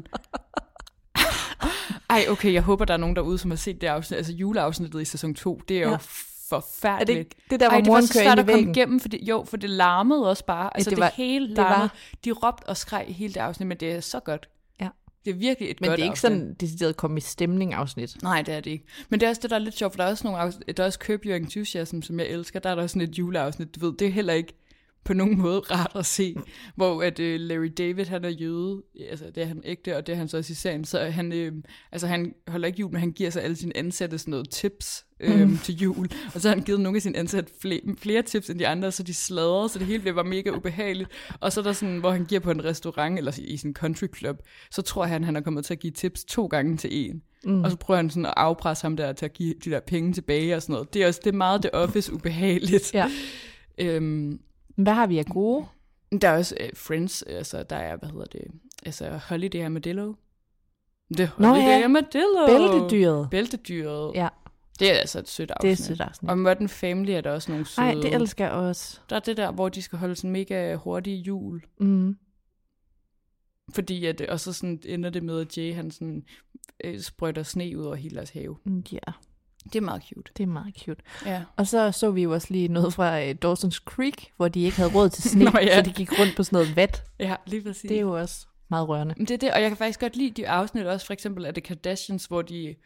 Ej, okay, jeg håber, der er nogen derude, som har set det afsnit. Altså juleafsnittet i sæson to, det er jo Ja. ja. forfærdeligt. Er det, det der, hvor Ej, det var moren så kører svært ind i at komme væggen? igennem, for det, jo, for det larmede også bare. Altså det det, var- det hele det larmede. var- De råbte og skreg i hele det afsnit, men det er så godt. Ja. Det er virkelig et Men godt det er ikke afsnit. sådan decideret komme i stemning afsnit. Nej, det er det ikke. Men det er også det, der er lidt sjovt, for der er også nogle afsnit, der er også Curb Your Enthusiasm, som jeg elsker. Der er der også sådan et juleafsnit, du ved, det er heller ikke på nogen måde rart at se, hvor at uh, Larry David, han er jøde, altså det er han ægte, og det er han så også i serien, så han, øh, altså han holder ikke jul, men han giver så alle sine ansatte sådan noget tips øh, mm. til jul, og så har han givet nogle af sine ansatte flere, flere tips end de andre, så de sladrer, så det hele bliver bare mega ubehageligt, og så er der sådan, hvor han giver på en restaurant, eller i sin country club, så tror han, han er kommet til at give tips to gange til en. Mm. Og så prøver han sådan at afpresse ham der til at give de der penge tilbage og sådan noget. Det er også det er meget The Office ubehageligt. Ja. Øhm, Hvad har vi af gode? der er også uh, Friends, altså der er, hvad hedder det, altså Holiday Armadillo. Det er Nå Holiday ja, Armadillo. Bæltedyret. Bæltedyret. Ja, Det er altså et sødt det er afsnit. sødt afsnit. Og Modern Family er der også nogle søde. Nej, det elsker jeg også. Der er det der, hvor de skal holde sådan mega hurtige jul. Mm. Fordi at, og så sådan ender det med, at Jay han sådan øh, sprøjter sne ud over hele deres have. Ja, Det er meget cute. det er meget cute. Ja. Og så så vi jo også lige noget fra uh, Dawson's Creek, hvor de ikke havde råd til sne, Nå, ja. så de gik rundt på sådan noget vat. Ja, lige præcis. Det er jo også meget rørende. Men det er det, og jeg kan faktisk godt lide de afsnit også, for eksempel af The Kardashians, hvor de,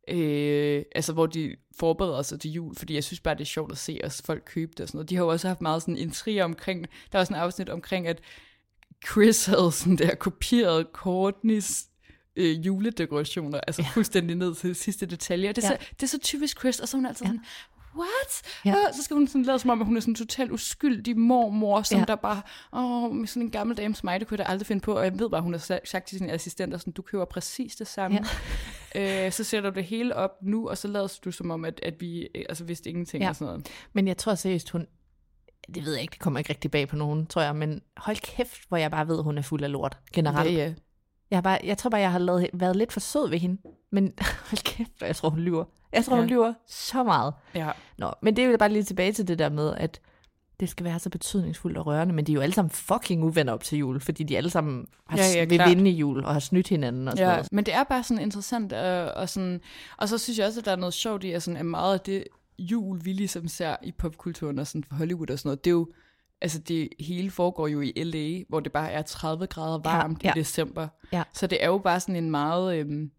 øh, altså, hvor de forbereder sig til jul, fordi jeg synes bare, det er sjovt at se os folk købe det og sådan noget. De har jo også haft meget sådan intriger omkring, der er også en afsnit omkring, at Chris havde sådan der kopieret Courtneys øh, juledekorationer, altså ja. fuldstændig ned til sidste detaljer. Det er, Ja. så, det er så typisk Chris, og så er hun altid Ja. sådan, what? Ja. Ja. Så skal hun sådan lade som om, at hun er sådan en totalt uskyldig mormor, som Ja. ja. der bare, åh, med sådan en gammel dame som mig, det kunne jeg da aldrig finde på, og jeg ved bare, hun har sa- sagt til sin assistent, sådan, du køber præcis det samme. Ja. Øh, så sætter du det hele op nu, og så lader du som om, at, at vi øh, altså vidste ingenting Ja. og sådan noget. Men jeg tror seriøst, hun... Det ved jeg ikke, det kommer ikke rigtig bag på nogen, tror jeg. Men hold kæft, hvor jeg bare ved, hun er fuld af lort generelt. Ja, ja. Jeg, har bare, jeg tror bare, jeg har lavet, været lidt for sød ved hende. Men hold kæft, hvor jeg tror, hun lyver. Jeg tror, Ja. hun lyver så meget. Ja. Nå, men det er jo bare lige tilbage til det der med, at det skal være så betydningsfuldt og rørende, men de er jo alle sammen fucking uvenner op til jul, fordi de alle sammen har, Ja, ja, vil klart. vinde i jul og har snydt hinanden og sådan Ja, noget. men det er bare sådan interessant, øh, og, sådan, og så synes jeg også, at der er noget sjovt i, at, sådan, at meget af det jul, vi ligesom ser i popkulturen og sådan for Hollywood og sådan noget, det er jo, altså det hele foregår jo i L A, hvor det bare er tredive grader varmt Ja, ja. i december. Ja. Så det er jo bare sådan en meget, øhm,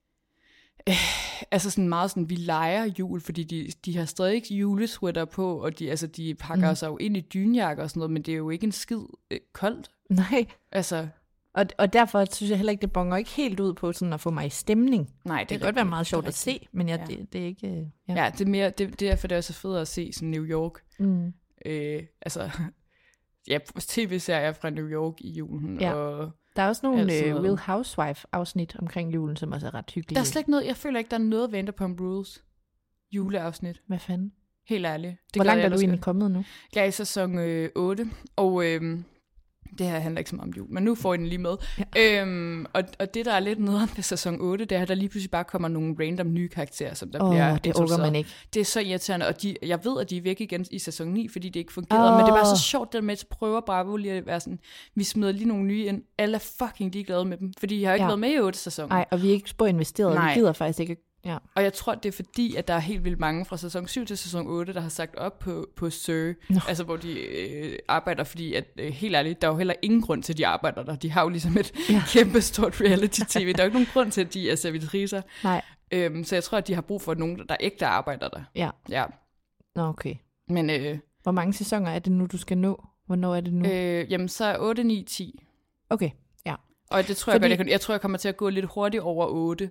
øh, altså sådan meget sådan, vi leger jul, fordi de, de har stadig ikke julesweater på, og de, altså, de pakker Mm. sig jo ind i dynjakker og sådan noget, men det er jo ikke en skid øh, koldt. Nej, Altså, og, og derfor synes jeg heller ikke, det bonger ikke helt ud på sådan at få mig i stemning. nej, Det kan godt være rigtigt. meget Det er sjovt at rigtigt. se, men jeg, Ja. det, det er ikke... øh, Ja. Ja, det er mere, det, det er derfor, det er så fedt at se sådan New York. Mm. Øh, altså, ja, tv-serier fra New York i julen. Ja. Og Der er også nogle Altid øh, noget. Real Housewife-afsnit omkring julen, som også er ret hyggelige. der er slet ikke noget, jeg føler ikke, der er noget Vanderpump Rules juleafsnit. Hvad fanden? Helt ærligt. Det Hvor gad langt jeg er du ellers egentlig godt. kommet nu? Jeg er i sæson øh, otte, og øh, det her handler ikke så meget om jul, men nu får I den lige med. Ja. Øhm, og, og det, der er lidt nederen ved sæson otte, det er, at der lige pludselig bare kommer nogle random nye karakterer, som der Åh, bliver det introduceret. orker man ikke. Det er så irriterende, og de, jeg ved, at de er væk igen i sæson ni, fordi det ikke fungerede, oh. men det var så sjovt, det der med at prøve Bravo lige at være sådan, vi smider lige nogle nye ind, alle er fucking ligeglade med dem, fordi jeg har ikke Ja. været med i otte sæsoner. Nej, og vi er ikke spor investeret, Nej. vi gider faktisk ikke. Ja. Og jeg tror, det er fordi, at der er helt vildt mange fra sæson syv til sæson otte, der har sagt op på, på Sir, Nå. altså hvor de øh, arbejder, fordi at, øh, helt ærligt, der er jo heller ingen grund til, at de arbejder der. De har jo ligesom et Ja. ja. kæmpe stort reality-tv. Der er jo ikke nogen grund til, at de er servitricer. Nej, Øhm, så jeg tror, at de har brug for nogen, der ægte arbejder der. ja. Ja, Nå, okay. men... Øh, Hvor mange sæsoner er det nu, du skal nå? Hvornår er det nu? Øh, jamen, så er otte, ni, ti. Okay, ja. Og det tror fordi... jeg godt, jeg, jeg tror, jeg kommer til at gå lidt hurtigt over otte.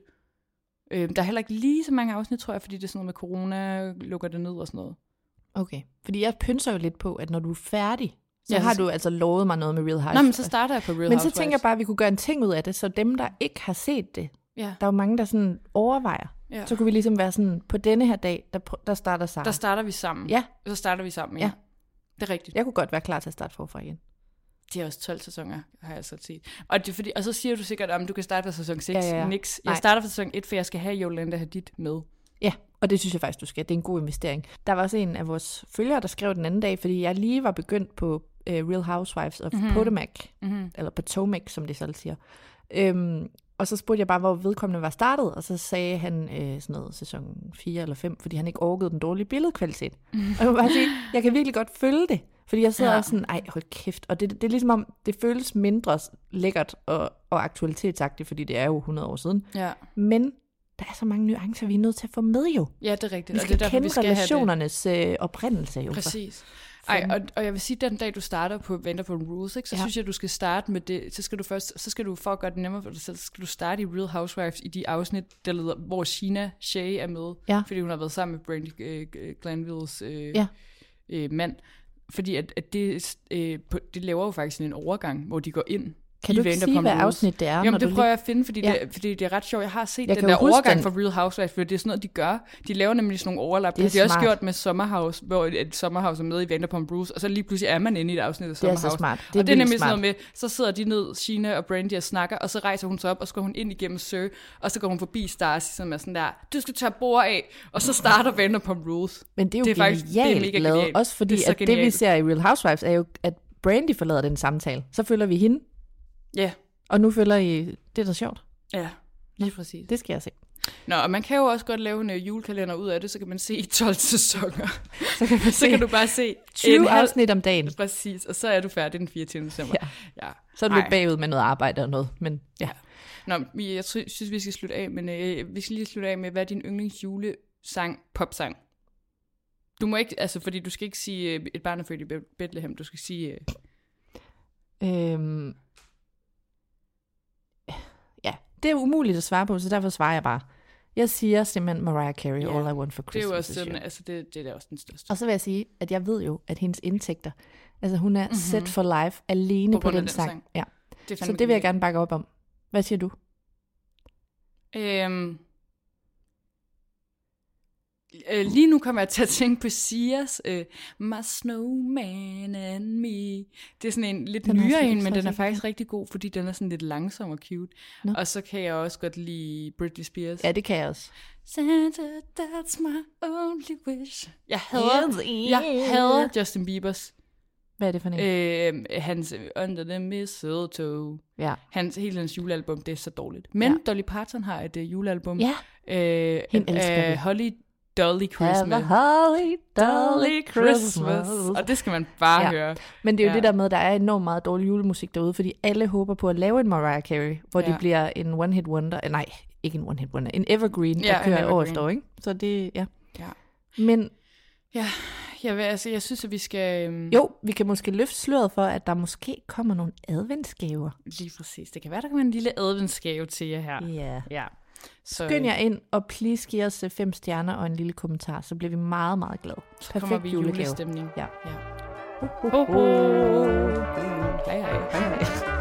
Øh, der er heller ikke lige så mange afsnit, tror jeg, fordi det er sådan noget med corona, lukker det ned og sådan noget. Okay, fordi jeg pynser jo lidt på, at når du er færdig, så ja, har så... du altså lovet mig noget med Real Housewives. Nå, men så starter jeg på Real Housewives. Men så tænker jeg bare, at vi kunne gøre en ting ud af det, så dem, der ikke har set det, ja. der er jo mange, der sådan overvejer. Ja. Så kunne vi ligesom være sådan, på denne her dag, der, der starter sammen. Der starter vi sammen. Ja. Så starter vi sammen, ja. ja. Det er rigtigt. Jeg kunne godt være klar til at starte forfra igen. Det er også tolv sæsoner, har jeg så set. Og, det fordi, og så siger du sikkert, at du kan starte fra sæson seks. Ja, ja, ja. Niks. Jeg Nej. starter fra sæson et, for jeg skal have Yolanda Hadid med. Ja, og det synes jeg faktisk, du skal. Det er en god investering. Der var også en af vores følgere, der skrev den anden dag, fordi jeg lige var begyndt på uh, Real Housewives of mm-hmm. Potomac, mm-hmm. eller Potomac, som det selv siger. Øhm, og så spurgte jeg bare, hvor vedkommende var startet, og så sagde han øh, sådan noget sæson fire eller fem, fordi han ikke orkede den dårlige billedkvalitet. Mm. Og jeg må bare sige, jeg kan virkelig godt følge det. Fordi jeg sidder ja. også sådan, ej, hold kæft. Og det, det er ligesom om, det føles mindre lækkert og, og aktualitetsagtigt, fordi det er jo hundrede år siden. Ja. Men der er så mange nuancer, vi er nødt til at få med jo. Ja, det er rigtigt. Vi skal og det er derfor, kende vi skal relationernes øh, oprindelse jo. Præcis. Ej, og, og jeg vil sige, den dag du starter på Vanderpump Rules, ikke, så ja. synes jeg, du skal starte med det. Så skal du først, så skal du for at gøre det nemmere for dig selv, så skal du starte i Real Housewives i de afsnit, der leder, hvor Sheena Shea er med, ja. fordi hun har været sammen med Brandi uh, Glanvilles uh, ja. uh, mand. Fordi at, at det, øh, det laver jo faktisk en overgang, hvor de går ind. Kan du ikke sige, hvad afsnit det er? Jamen, det prøver jeg at finde, fordi, ja. det, fordi det er ret sjovt. Jeg har set jeg den der overgang den. fra Real Housewives, for det er sådan noget, de gør. De laver nemlig sådan nogle overlap. Det, det har de smart. også gjort med Summerhouse, hvor et Summerhouse er med i Vanderpump Rules, og så lige pludselig er man inde i et afsnit af Summerhouse. Det er så smart. Det er og det er nemlig smart. sådan noget med, så sidder de ned, Sheena og Brandi og snakker, og så rejser hun sig op, og så går hun ind igennem Sir, og så går hun forbi Starcy, som er sådan der, du skal tage bord af, og så starter Vanderpump Rules. Men det er jo det er genialt, faktisk, det er mega lavet. Genialt. Også fordi, det at genialt. det vi ser i Real Housewives, er jo, at Brandi forlader den samtale. Så følger vi hende. Ja. Yeah. Og nu følger I, det er da sjovt. Ja, lige præcis. Det skal jeg se. Nå, og man kan jo også godt lave en uh, julekalender ud af det, så kan man se i tolv sæsoner. Så kan, man så kan du bare se tyve afsnit om dagen. Præcis, og så er du færdig den fireogtyvende december. Ja. Ja. Så er du Ej. lidt bagud med noget arbejde og noget, men ja. Nå, jeg synes, vi skal slutte af, men øh, vi skal lige slutte af med, hvad er din yndlingsjulesang, popsang? Du må ikke, altså, fordi du skal ikke sige øh, et barn er født i Bethlehem, du skal sige... Øh... Øhm... Ja, det er umuligt at svare på, så derfor svarer jeg bare. Jeg siger simpelthen Mariah Carey, yeah. All I Want for Christmas. Det er jo også sådan, altså det, det er også den største. Og så vil jeg sige, at jeg ved jo, at hendes indtægter, altså hun er mm-hmm. set for life alene på, på den, den sang. sang. Ja. Det så det vil jeg gerne bakke op om. Hvad siger du? Øhm, øh, lige nu kommer jeg til at tænke på Sias øh, My Snowman and Me. Det er sådan en lidt den nyere en, men den er faktisk rigtig god, fordi den er sådan lidt langsom og cute. No. Og så kan jeg også godt lide Britney Spears. Ja, det kan jeg også. Santa, that's my only wish. Jeg hader, jeg hader Justin Biebers. Hvad er det for en? Øh, hans Under the Mistletoe. Ja. Hans, hele hans julealbum, det er så dårligt. Men ja. Dolly Parton har et uh, julealbum. Ja, øh, hende elsker uh, Holly Dolly Christmas. Holly Dolly Christmas. Og det skal man bare ja. høre. Men det er jo ja. det der med, at der er enormt meget dårlig julemusik derude, fordi alle håber på at lave en Mariah Carey, hvor ja. de bliver en one-hit wonder. Eh, nej, ikke en one-hit wonder. En evergreen, der ja, kører år efter år, ikke? Så det, ja. ja. Men... Ja, jeg, vil, altså, jeg synes, at vi skal... Um... Jo, vi kan måske løfte sløret for, at der måske kommer nogle adventsgaver. Lige præcis. Det kan være, der kommer en lille adventsgave til jer her. Yeah. Ja. Så skynd jer ind, og please giv os fem stjerner og en lille kommentar, så bliver vi meget, meget glade. Så Perfekt kommer vi julegave. Julestemning. Ja. ja. Ho, ho, ho. Hej, hej. hej, hej.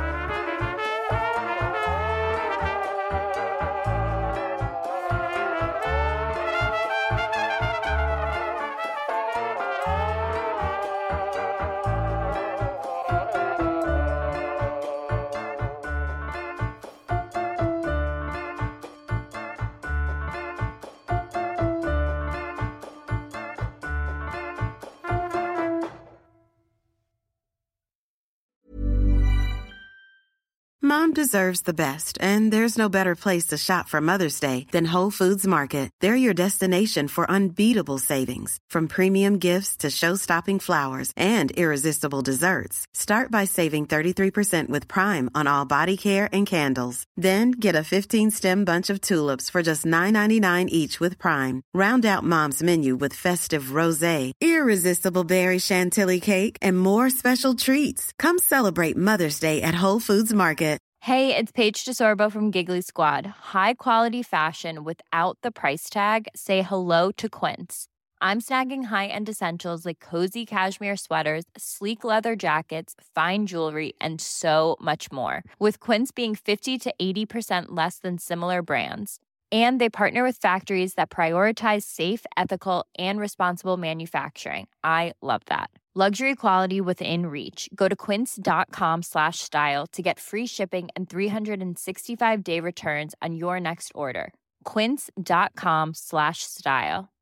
Mom deserves the best, and there's no better place to shop for Mother's Day than Whole Foods Market. They're your destination for unbeatable savings, from premium gifts to show-stopping flowers and irresistible desserts. Start by saving thirty-three percent with Prime on all body care and candles. Then get a fifteen-stem bunch of tulips for just nine ninety-nine each with Prime. Round out Mom's menu with festive rosé, irresistible berry chantilly cake, and more special treats. Come celebrate Mother's Day at Whole Foods Market. Hey, it's Paige DeSorbo from Giggly Squad. High quality fashion without the price tag. Say hello to Quince. I'm snagging high-end essentials like cozy cashmere sweaters, sleek leather jackets, fine jewelry, and so much more. With Quince being fifty to eighty percent less than similar brands. And they partner with factories that prioritize safe, ethical, and responsible manufacturing. I love that. Luxury quality within reach. Go to quince.com slash style to get free shipping and three sixty-five day returns on your next order. Quince.com slash style.